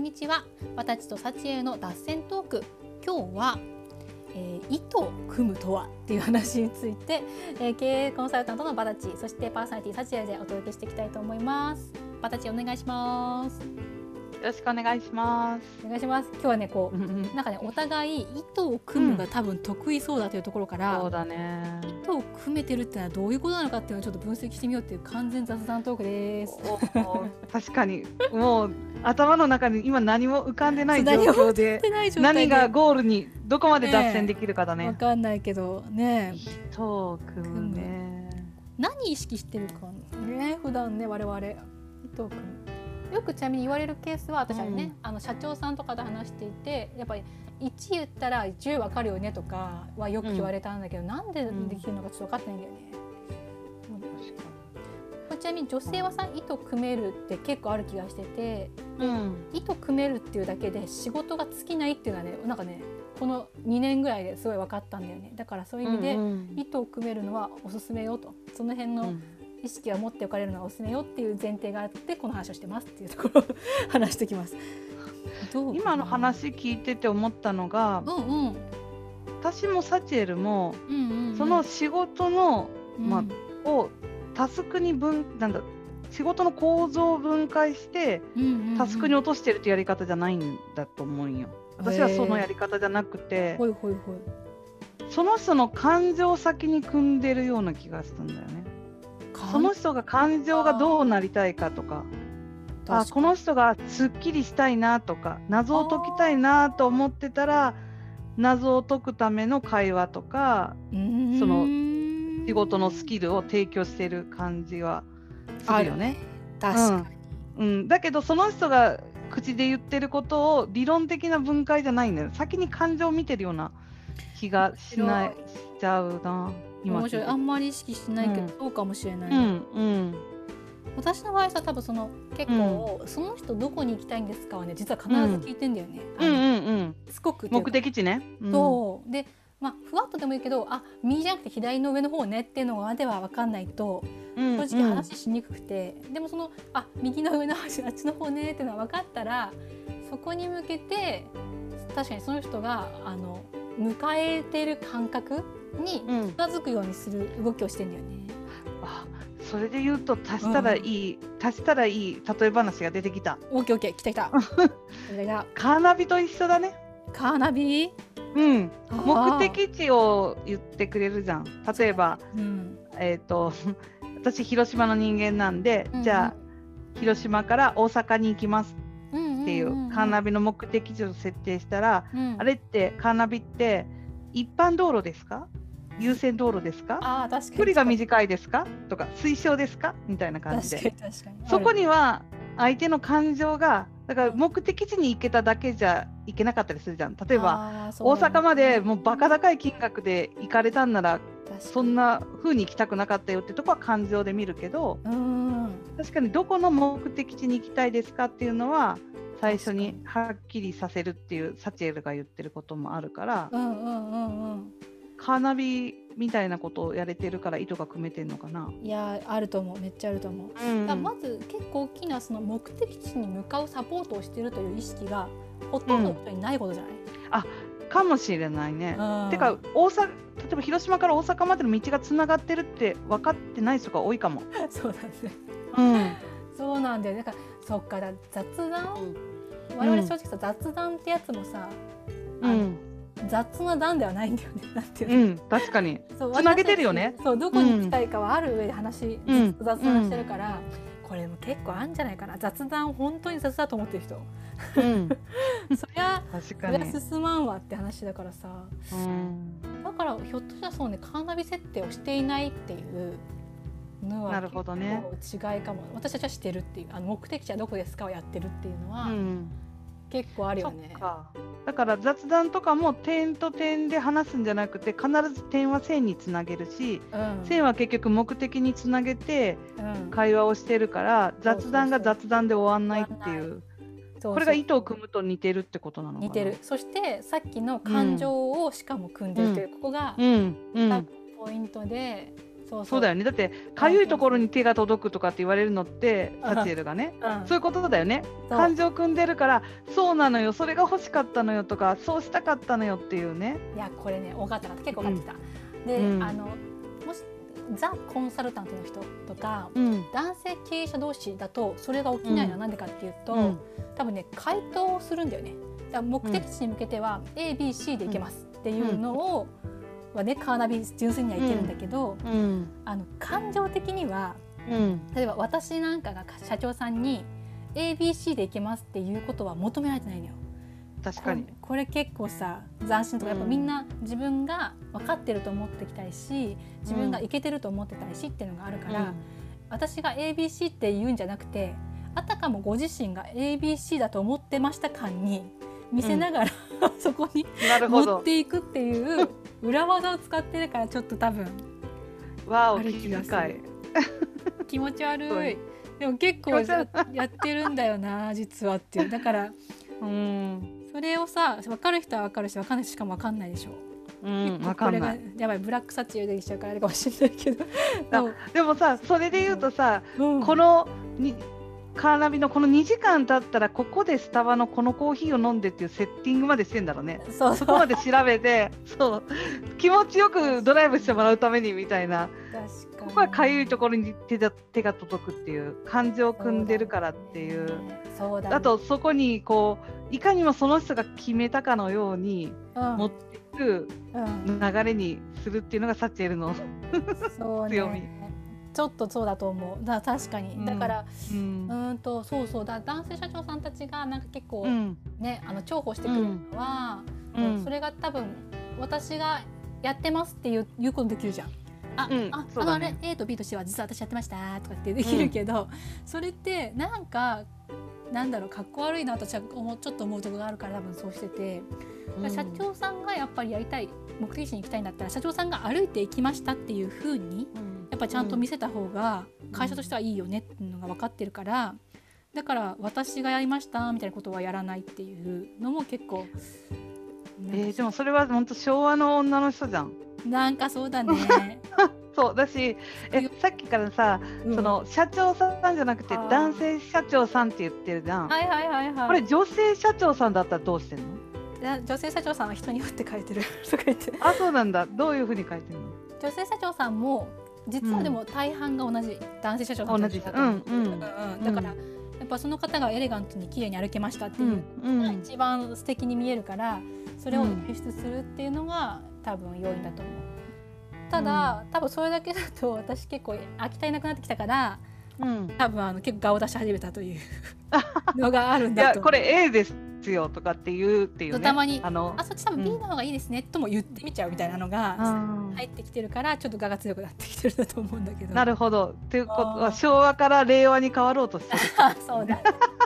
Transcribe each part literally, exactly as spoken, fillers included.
にちは。バタチとサチエの脱線トーク。今日は、えー、糸を組むとはっていう話について、えー、経営コンサルタントのバタチ、そしてパーソナリティサチエでお届けしていきたいと思います。バタチお願いします。 よろしくお願いします。 お願いします。今日はねこうなんかねお互い糸を組むのが多分得意そうだというところから、 うん、そうだね。 糸を組めてるってのはどういうことなのかっていうのをちょっと分析してみようっていう完全雑談トークです。 確かにもう頭の中に今何も浮かんでない状況で何がゴールにどこまで脱線できるかだね。 わかんないけどね。 糸を組むね。 何意識してるかね普段ね我々糸を組む。よくちなみに言われるケースは私はね、うん、あの社長さんとかで話していてやっぱりいち言ったらじゅう分かるよねとかはよく言われたんだけど、うん、なんでできるのかちょっと分かってないんだよね。うん、ちなみに女性はさ糸組めるって結構ある気がしてて、うん、糸組めるっていうだけで仕事が尽きないっていうのはねなんかねこのにねんぐらいですごい分かったんだよね。だからそういう意味で、うんうん、糸を組めるのはおすすめよとその辺の、うん意識は持っておかれるのがおすすめよっていう前提があってこの話をしてますっていうところを話してきます。 今の話聞いてて思ったのが、うんうん、私もサチエルも、うんうんうん、その仕事の、まあうん、をタスクに分なんだ仕事の構造を分解して、うんうんうん、タスクに落としてるってやり方じゃないんだと思うんよ。私はそのやり方じゃなくて、ほいほいほいその人の感情を先に組んでるような気がするんだよね。その人が感情がどうなりたいかとか、あこの人がすっきりしたいなとか謎を解きたいなと思ってたら謎を解くための会話とかその仕事のスキルを提供している感じはするよね。 確かに、 うんうん、だけどその人が口で言ってることを理論的な分解じゃないんだよ。先に感情を見てるような気がしないしちゃうな。 面白い。あんまり意識してないけど、うん、そうかもしれない、ねうんうん、私の場合さ多分その結構、うん、その人どこに行きたいんですかはね実は必ず聞いてんだよね、 うん、あのうんうんうん、 すごく目的地ね、 うん、そうで、まあ、ふわっとでもいいけどあ右じゃなくて左の上の方ねっていうのまでは分かんないと、うん、正直話しにくくて、うん、でもそのあ右の上の端あっちの方ねっていうのは分かったらそこに向けて確かにその人があの迎えてる感覚に近づくようにする動きをしてんだよね、 うん、あそれで言うと足したらいい、うん、足したらいい例え話が出てきた。 オッケーオッケー来た来たそれがカーナビと一緒だね。 カーナビうん目的地を言ってくれるじゃん。例えば、うん、えっ、ー、と私広島の人間なんで、うん、じゃあ広島から大阪に行きますっていうカーナビの目的地を設定したら、うん、あれってカーナビって一般道路ですか優先道路ですかあ確かに距離が短いですかとか推奨ですかみたいな感じで確かに確かにそこには相手の感情がだから目的地に行けただけじゃいけなかったりするじゃん。例えば、ね、大阪までもうバカ高い金額で行かれたんならそんな風に行きたくなかったよってとこは感情で見るけどうん確かにどこの目的地に行きたいですかっていうのは最初にはっきりさせるっていうサチエルが言ってることもあるから、うんうんうんうん、カーナビみたいなことをやれてるから糸が組めてんのかな。 いやあると思うめっちゃあると思う、うん、だまず結構大きなその目的地に向かうサポートをしてるという意識がほとんどの人にないことじゃない、うん、 あかもしれないね、うん、てか大阪例えば広島から大阪までの道がつながってるって分かってない人が多いかもそうなんですね、うん、そうなんだよ。だからそっかだ雑談、うん、我々正直さ、うん、雑談ってやつもさあの、うん雑な段ではないんだよね。なんていうの、うん、 確かにつなげてるよね。 そうどこに行きたいかはある上で話、うん、雑談してるから、うん、これも結構あるんじゃないかな。雑談本当に雑だと思ってる人、うん、そりゃそりゃ進まんわって話だからさ、うん、だからひょっとしたらそうねカーナビ設定をしていないっていうのは結構違いかも。私たちはしてるっていうあの目的地はどこですかをやってるっていうのは、うん結構あるよね。 そっか。だから雑談とかも点と点で話すんじゃなくて必ず点は線につなげるし、うん、線は結局目的につなげて会話をしてるから、うん、雑談が雑談で終わんないっていう。これが糸を組むと似てるってことなのかな。 似てる。そしてさっきの感情をしかも組んでるという、うん、ここが、うんうん、ポイントでそうそうだよね。だってかゆいところに手が届くとかって言われるのってサチエルがね、うん、そういうことだよね。感情組んでるからそうなのよ、それが欲しかったのよとかそうしたかったのよっていうね。 いやこれね分かったかった結構分かってた、うん、で、うん、あのもしザ・コンサルタントの人とか、うん、男性経営者同士だとそれが起きないのは何でかっていうと、うん、多分ね回答をするんだよね。だから目的地に向けては エービーシー でいけますっていうのを、うん、はねカーナビ純粋にはいけるんだけど、うん、あの感情的には、うん、例えば私なんかが社長さんに エービーシー でいけますっていうことは求められてないのよ。 確かにこ, これ結構さ斬新とかやっぱみんな自分が分かってると思ってきたりし自分がいけてると思ってたりしっていうのがあるから、うん、私が エービーシー って言うんじゃなくてあたかもご自身が エービーシー だと思ってました感に見せながら、うん、そこに持っていくっていう裏技を使ってるからちょっと多分わお気遣い気持ち悪いでも結構やってるんだよな実はっていうだからうんそれをさ分かる人は分かるし分かんない人しかも分かんないでしょ。 うん、分かんない。 これがやばいブラックサッチューできちゃうからあれかもしれないけどでもさそれで言うとさ、 うん、 このにカーナビのこのにじかん経ったらここでスタバのこのコーヒーを飲んでっていうセッティングまでしてんだろうね。 そうそうそこまで調べてそう気持ちよくドライブしてもらうためにみたいな。 確かにここはかゆいところに手だ手が届くっていう感情を組んでるからっていう。 そうだね、 あとそこにこういかにもその人が決めたかのように持っていく流れにするっていうのがサチエルの、うん、強み。 ちょっとそうだと思う。だから確かに、うん、だから、うん、うんとそうそうだ男性社長さんたちがなんか結構、うん、ねあの重宝してくるのは、うん、それが多分私がやってますっていう言うことできるじゃん。あ、うん、あ、あのあれ A と B と C は実は私やってましたとかってできるけど、うん、それってなんかなんだろうかっこ悪いなと私はちょっと思うところがあるから多分そうしてて、うん、社長さんがやっぱりやりたい目的地に行きたいんだったら社長さんが歩いて行きましたっていう風に、うん、やっぱちゃんと見せた方が会社としてはいいよねっていうのが分かってるから、だから私がやりましたみたいなことはやらないっていうのも結構えー、でもそれは本当昭和の女の人じゃん。 なんかそうだねそうだしえさっきからさ、うん、その社長さんじゃなくて男性社長さんって言ってるじゃん。 はいはいはいはい。 これ女性社長さんだったらどうしてんの？ いや女性社長さんは人によって書いてるとか言ってあそうなんだ。どういうふうに書いてるの？ 女性社長さんも実はでも大半が同じ、うん、男性社長さんと同じだと思う。うんうんうん、だからやっぱその方がエレガントに綺麗に歩けましたっていうのが一番素敵に見えるからそれを演出するっていうのが多分要因だと思う。ただ、うん、多分それだけだと私結構飽き足りなくなってきたから、うん、多分あの結構顔を出し始めたというのがあるんだと思う。いやこれ A ですよとかっていうっていうね。 たまにあのあそっち多分 B の方がいいですね、うん、とも言ってみちゃうみたいなのが入ってきてるからちょっと我が強くなってきてるんだと思うんだけど。 なるほど。ということは昭和から令和に変わろうとしてる。 そうだ。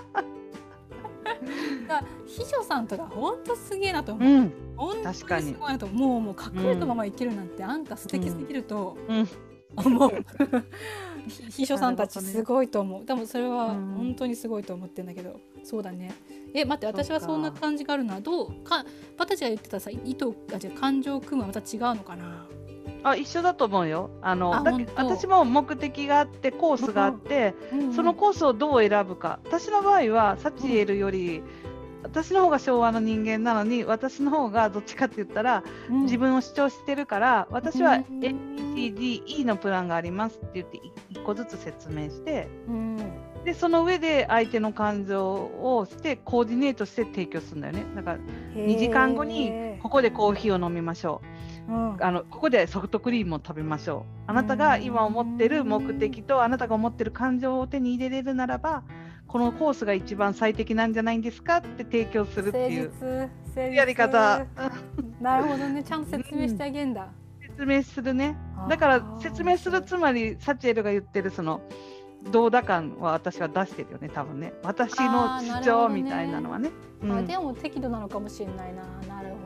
秘書さんとか本当すげえなと思う。うん、本当にすごいなと思う。もうもう隠れたまま生きるなんて、うん、あんた素敵すぎると思う。うん、秘書さんたちすごいと思う。でもそれは本当にすごいと思ってるんだけど、そうだね。え待って私はそんな感じがあるのはどうかパタチが言ってたさ意図あじゃ感情を組むはまた違うのかな。 あ一緒だと思うよ。あのあだ私も目的があってコースがあって、うんうん、そのコースをどう選ぶか。私の場合はサチエルより、うん、私の方が昭和の人間なのに私の方がどっちかって言ったら、うん、自分を主張してるから私は エービーシーディーイー のプランがありますって言っていっこずつ説明して、うん、でその上で相手の感情をしてコーディネートして提供するんだよね。だからにじかんごにここでコーヒーを飲みましょう。うん、あのここでソフトクリームを食べましょう。あなたが今思ってる目的とあなたが思ってる感情を手に入れれるならばこのコースが一番最適なんじゃないんですかって提供するっていうやり方。 なるほどね。ちゃんと説明してあげんだ、 うん、説明するね。だから説明するつまりサチエルが言ってるそのどうだ感は私は出してるよね多分ね。私の主張みたいなのはね。 あ、でも適度なのかもしれないな。なるほど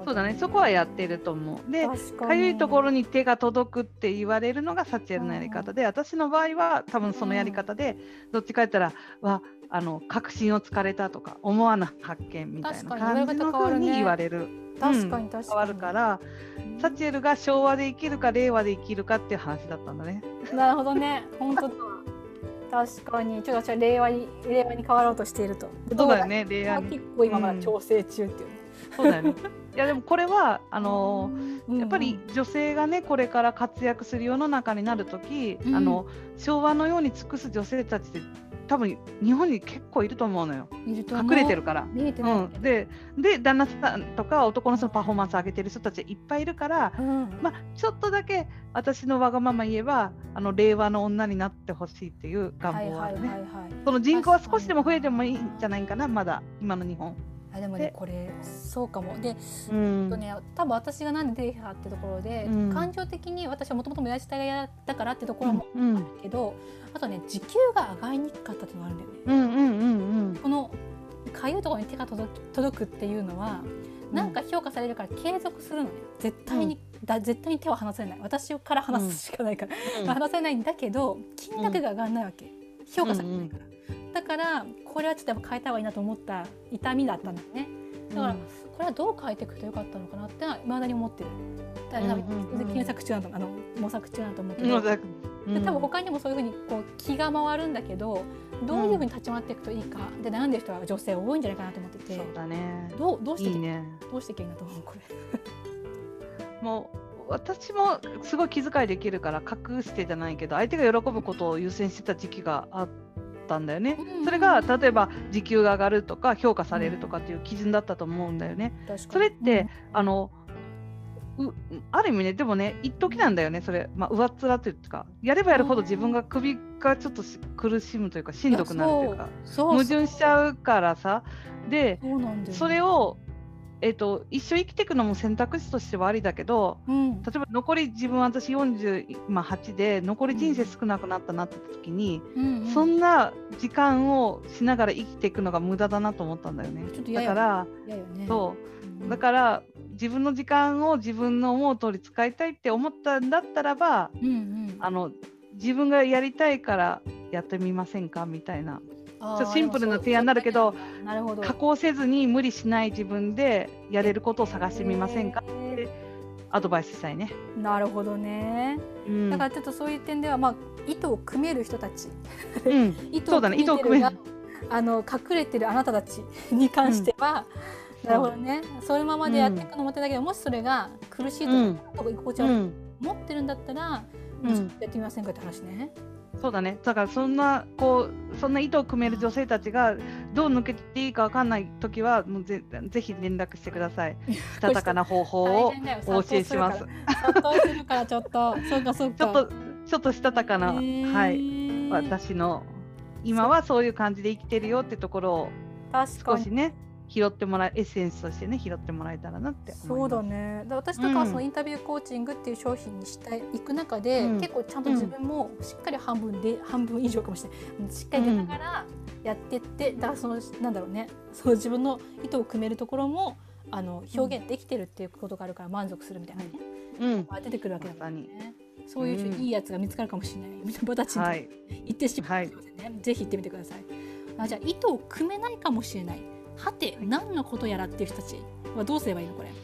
そうだね、そこはやってると思う。で、かゆいところに手が届くって言われるのがサチエルのやり方で、私の場合は多分そのやり方で、どっちか言ったらはあの確信をつかれたとか思わぬ発見みたいな感じの風に言われる。 確かに確かに、 変わるから、サチエルが昭和で生きるか令和で生きるかっていう話だったんだね。 なるほどね、本当確かにちょっと私は令和に令和に変わろうとしていると。 そうだよね、令和に結構今まだ調整中っていう、ね、 うん、そうだよね。いやでもこれはあのー、やっぱり女性がねこれから活躍する世の中になるとき、うん、あの昭和のように尽くす女性たちって多分日本に結構いると思うのよ。 いると隠れてるから。 見えてない、 うん、でで旦那さんとか男の人のパフォーマンス上げてる人たちいっぱいいるから、うん、まあちょっとだけ私のわがまま言えばあの令和の女になってほしいっていう願望はあるね。その人口は少しでも増えてもいいんじゃないかな、まだ今の日本。 あでもねこれそうかもで、うん、とね多分私がなんで出てきたってところで、うん、感情的に私はもともともやし体が嫌だからってところもあるけど、うん、あとね時給が上がりにくかったっていうのがあるんだよね。うんうんうんうん、このかゆいところに手が届く、届くっていうのはなんか評価されるから継続するのね。絶対に、うん、だ絶対に手は離せない。私から離すしかないから、うん、離せないんだけど金額が上がらないわけ、評価されないから、うんうん、だからこれはちょっとやっぱ変えた方がいいなと思った痛みだったんだよね。だからこれはどう変えていくとよかったのかなってのは未だに思ってる。だから検索中なんとあの模索中なんと思うけど、うん、多分他にもそういうふうにこう気が回るんだけどどういうふうに立ち回っていくといいかで悩んでる人は女性多いんじゃないかなと思ってて、 そうだね、 どうどうしていい、 ね、 どうしていけばいいんだと思うこれもう私もすごい気遣いできるから隠してじゃないけど相手が喜ぶことを優先してた時期があったんだよね、うんうん、それが例えば時給が上がるとか評価されるとかっていう基準だったと思うんだよね、うん、それって、うん、あのうある意味ねでもね一時なんだよねそれ、まあ、上っ面というかやればやるほど自分が首がちょっと苦しむというかしんどくなるというか矛盾しちゃうからさで そ, う そ, それを、えー、と一生生きていくのも選択肢としてはありだけど、うん、例えば残り自分私よんじゅうはちで残り人生少なくなったなって時に、うんうん、そんな時間をしながら生きていくのが無駄だなと思ったんだよね。 ちょっとだから、ね、そうだから自分の時間を自分の思う通り使いたいって思ったんだったらば、うんうん、あの自分がやりたいからやってみませんかみたいなちょっとシンプルな提案になるけど、なるほど加工せずに無理しない自分でやれることを探してみませんかってアドバイスしたいね。 なるほどね、うん、だからちょっとそういう点では、まあ、糸を組める人たち、 うん、糸を組めてるが、 あの隠れてるあなたたちに関しては、うん、なるほどね、そのままでやっていくのも手だけど、うん、もしそれが苦しいとか、うん、居心地悪いと思ってるんだったら、うん、やってみませんかって話ね。 そうだね、だからそんなこうそんな糸を組める女性たちがどう抜けていいか分かんないときはもう ぜ, ぜひ連絡してください。したたかな方法をお教えします。 殺到するからちょっとそうかそうかちょっとちょっとしたたかな、はい、私の今はそういう感じで生きてるよってところを少しね拾ってもらえエッセンスとしてね拾ってもらえたらなって思います。 そうだね。だ私とかはそのインタビューコーチングっていう商品にしていく中で、うん、結構ちゃんと自分もしっかり半分で、うん、半分以上かもしれないしっかり出ながらやってって、うん、だからそのなんだろうねその自分の意図を組めるところもあの表現できてるっていうことがあるから満足するみたいなね、うん、出てくるわけだからね。そういういいやつが見つかるかもしれないみたいなたちに行ってしまってますね、はい、ぜひ行ってみてください。あじゃあ意図を組めないかもしれないはて何のことやらっていう人たちはどうすればいいのこれ。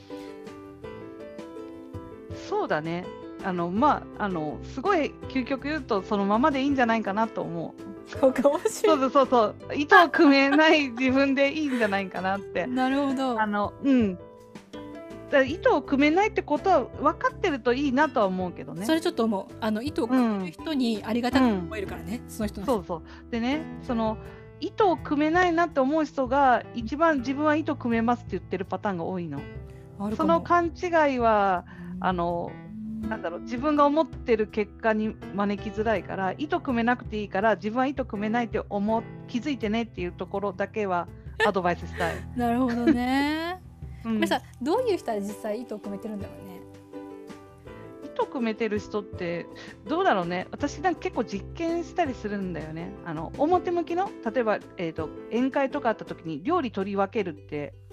そうだねあのまああのすごい究極言うとそのままでいいんじゃないかなと思う。 そうかもしれない。 そうそうそう意図を組めない自分でいいんじゃないかなってなるほど。 あのうんだ意図を組めないってことは分かってるといいなとは思うけどね。 それちょっと思う。あの意図を組める人にありがたく思えるからね、うん、その人のそうそうでねその意図を組めないなって思う人が一番自分は意図組めますって言ってるパターンが多いの。その勘違いはあのなんだろう自分が思ってる結果に招きづらいから意図組めなくていいから自分は意図組めないって思う気づいてねっていうところだけはアドバイスしたい。 なるほどね、うん、これさどういう人は実際意図を組めてるんだろうね。 意図組めてる人ってどうだろうね。私なんか結構実験したりするんだよね。あの表向きの例えば、えーと、宴会とかあった時に料理取り分けるって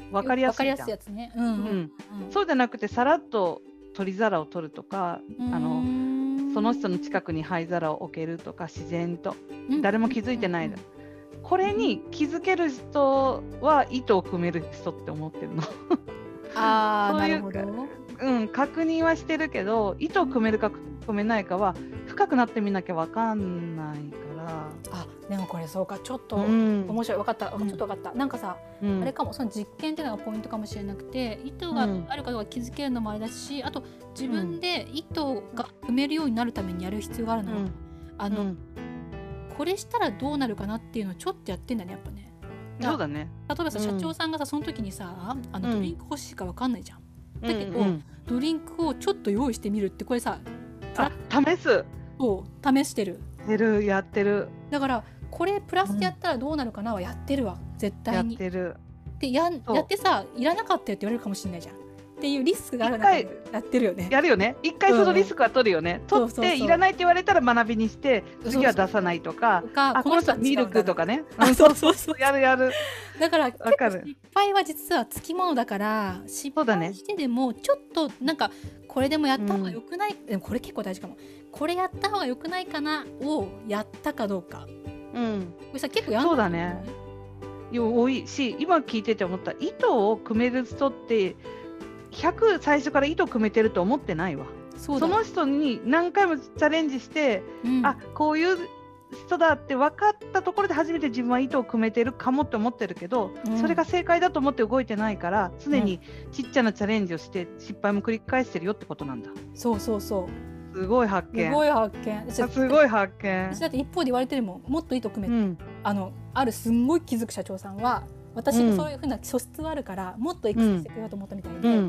分かりやすいじゃん。 分かりやすいやつね。うんうんうん、 そうじゃなくてさらっと取り皿を取るとか、あのその人の近くに灰皿を置けるとか、自然と誰も気づいてない、うんうんうん、これに気づける人は糸を組める人って思ってるの。 あー、 そういう、 なるほど。 うん、確認はしてるけど、糸を組めるか組めないかは深くなってみなきゃ分かんないから。 あ、でもこれそうか、ちょっと面白い、分かった、ちょっと分かった。なんかさ、 うん、 あれかも、その実験っていうのがポイントかもしれなくて、糸があるかどうか気づけるのもあれだし、あと自分で糸が組めるようになるためにやる必要があるのは、うん、あの、うん、これしたらどうなるかなっていうのをちょっとやってんだね、やっぱね。 そうだね。 例えばさ、社長さんがさ、その時にさ、あのドリンク欲しいか分かんないじゃん。だけど、うんうん、ドリンクをちょっと用意してみるって、これさ、 あ、試す。 そう、試してる。 やってる、やってる。 だからこれプラスでやったらどうなるかなはやってるわ、絶対に。 やってる。 で や, やってさ、いらなかったよって言われるかもしれないじゃんっていうリスクがある中でやってるよね。 やるよね。一回そのリスクは取るよね。うん、取ってそうそうそう、いらないって言われたら学びにして次は出さないとか、そうそう、あ、この人はミルクとかね。 あ、そうそうそう、 やるやる。 だから結構失敗は実はつきものだから、失敗してでもちょっとなんかこれでもやった方がよくない、うん、でもこれ結構大事かも、これやった方がよくないかなをやったかどうか、 うん、 これさ結構やんない、 そうだね、多いし、今聞いてて思った、糸を組める人ってひゃく最初から糸を組めてると思ってないわ。 そ, その人に何回もチャレンジして、うん、あ、こういう人だって分かったところで初めて自分は糸を組めてるかもって思ってるけど、うん、それが正解だと思って動いてないから、常にちっちゃなチャレンジをして失敗も繰り返してるよってことなんだ。 そうそうそう、 すごい発見。 すごい発見。 すごい発見。 私だって一方で言われてるもん、もっと糸組めて、うん、あのあるすんごい気づく社長さんは、私もそういうふうな素質はあるから、うん、もっと育成してくれようと思ったみたいで、うんうん、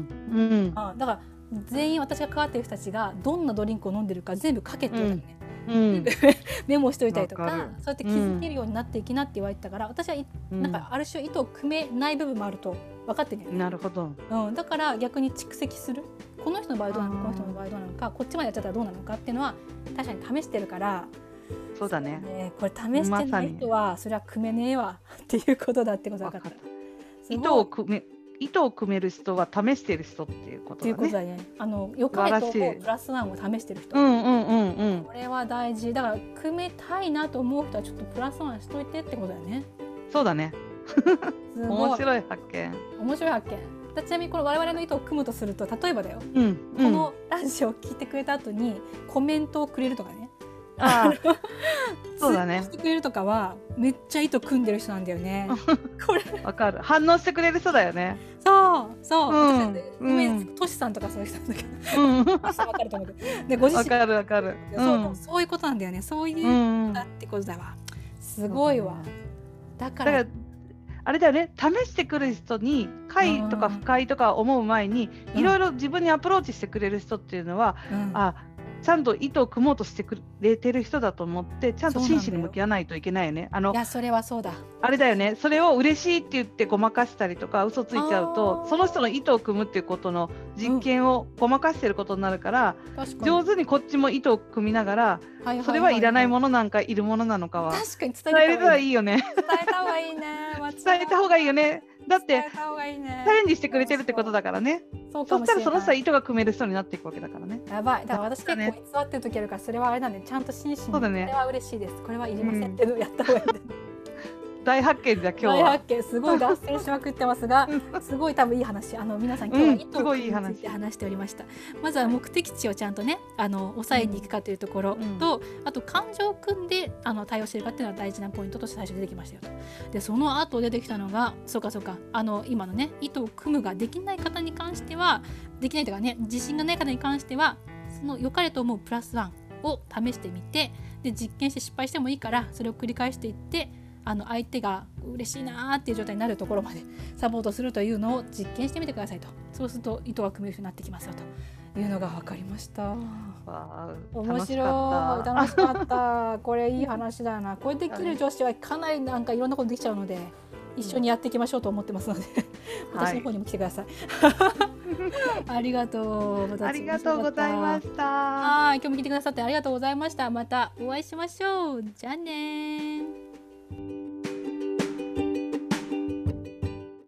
あ、だから全員私が関わってる人たちがどんなドリンクを飲んでるか全部書けって言われたのね、うん、メモしといたりとか、そうやって気づけるようになっていきなって言われてたから、私はなんかある種糸を組めない部分もあると分かってるよね。 なるほど、 うん、だから逆に蓄積する、この人の場合どうなのか、この人の場合どうなのか、こっちまでやっちゃったらどうなのかっていうのは確かに試してるから。 そうだね、 ね、これ試してない人はそれは組めねえわっていうことだってことが分かった。 糸を組め糸を組める人は試してる人っていうことだね。っていうことだね。 あの良かれと思うプラスワンを試してる人。 うんうんうんうん。 これは大事だから、組めたいなと思う人はちょっとプラスワンしといてってことだよね。 そうだね。面白い発見。 面白い発見。ちなみにこの我々の糸を組むとすると、例えばだよ、 うんうん、 このラジオを聞いてくれた後にコメントをくれるとかね。 ああそうだね。 してくれるとかはめっちゃ糸組んでる人なんだよね。 これわかる。反応してくれる人だよね。 そうそう。 うん、 うん、トシさんとかそういう人なんだけど、うん、トシさんわかると思うけど、でご自身わかるわかる。 そう、うん、そういうことなんだよね。そういうだってことだわ。すごいわ。だから。 だからあれだよね、試してくる人に快とか不快とか思う前に、いろいろ自分にアプローチしてくれる人っていうのは、うん、あ、ちゃんと糸を組もうとしてくれてる人だと思って、ちゃんと真摯に向き合わないといけないよね。あの、 いや、それはそうだ。 あれだよね、それを嬉しいって言ってごまかしたりとか嘘ついちゃうと、その人の糸を組むっていうことの実験をごまかしてることになるから、うん、上手にこっちも糸を組みながら、それはいらないものなんかいるものなのかは確かに伝えれたらいいよね。 伝えた方がいいね。 伝えた方がいいよね。だってチャレンジしてくれてるってことだからね。そしたらその人は糸が組める人になっていくわけだからね。 やばい。だから私結構偽ってる時あるから、それはあれなんで、ちゃんと真摯に、 そうだね、 これは嬉しいです、これはいりませんっていうのをやった方がいい。 大発見じゃ今日は。 大発見、すごい脱線しまくってますが、すごい多分いい話。あの皆さん今日は糸を組むについて話しておりました。うん、まずは目的地をちゃんとね、あの抑えに行くかというところと、うん、あと感情を組んであの対応しているかっていうのは大事なポイントとして最初出てきましたよと。でその後出てきたのが、そうかそうか、あの今のね、糸を組むができない方に関しては、できないというかね、自信がない方に関しては、その良かれと思うプラスワンを試してみて、で実験して失敗してもいいからそれを繰り返していって、あの相手が嬉しいなーっていう状態になるところまでサポートするというのを実験してみてくださいと。そうすると糸が組めるようになってきますよというのが分かりました。面白い、楽しかった。これいい話だな。これできる女子はかなりなんかいろんなことできちゃうので、一緒にやっていきましょうと思ってますので、うん、私の方にも来てください。はい、ありがとう。 ありがとうございました。 はい、今日も来てくださってありがとうございました。またお会いしましょう。じゃあね。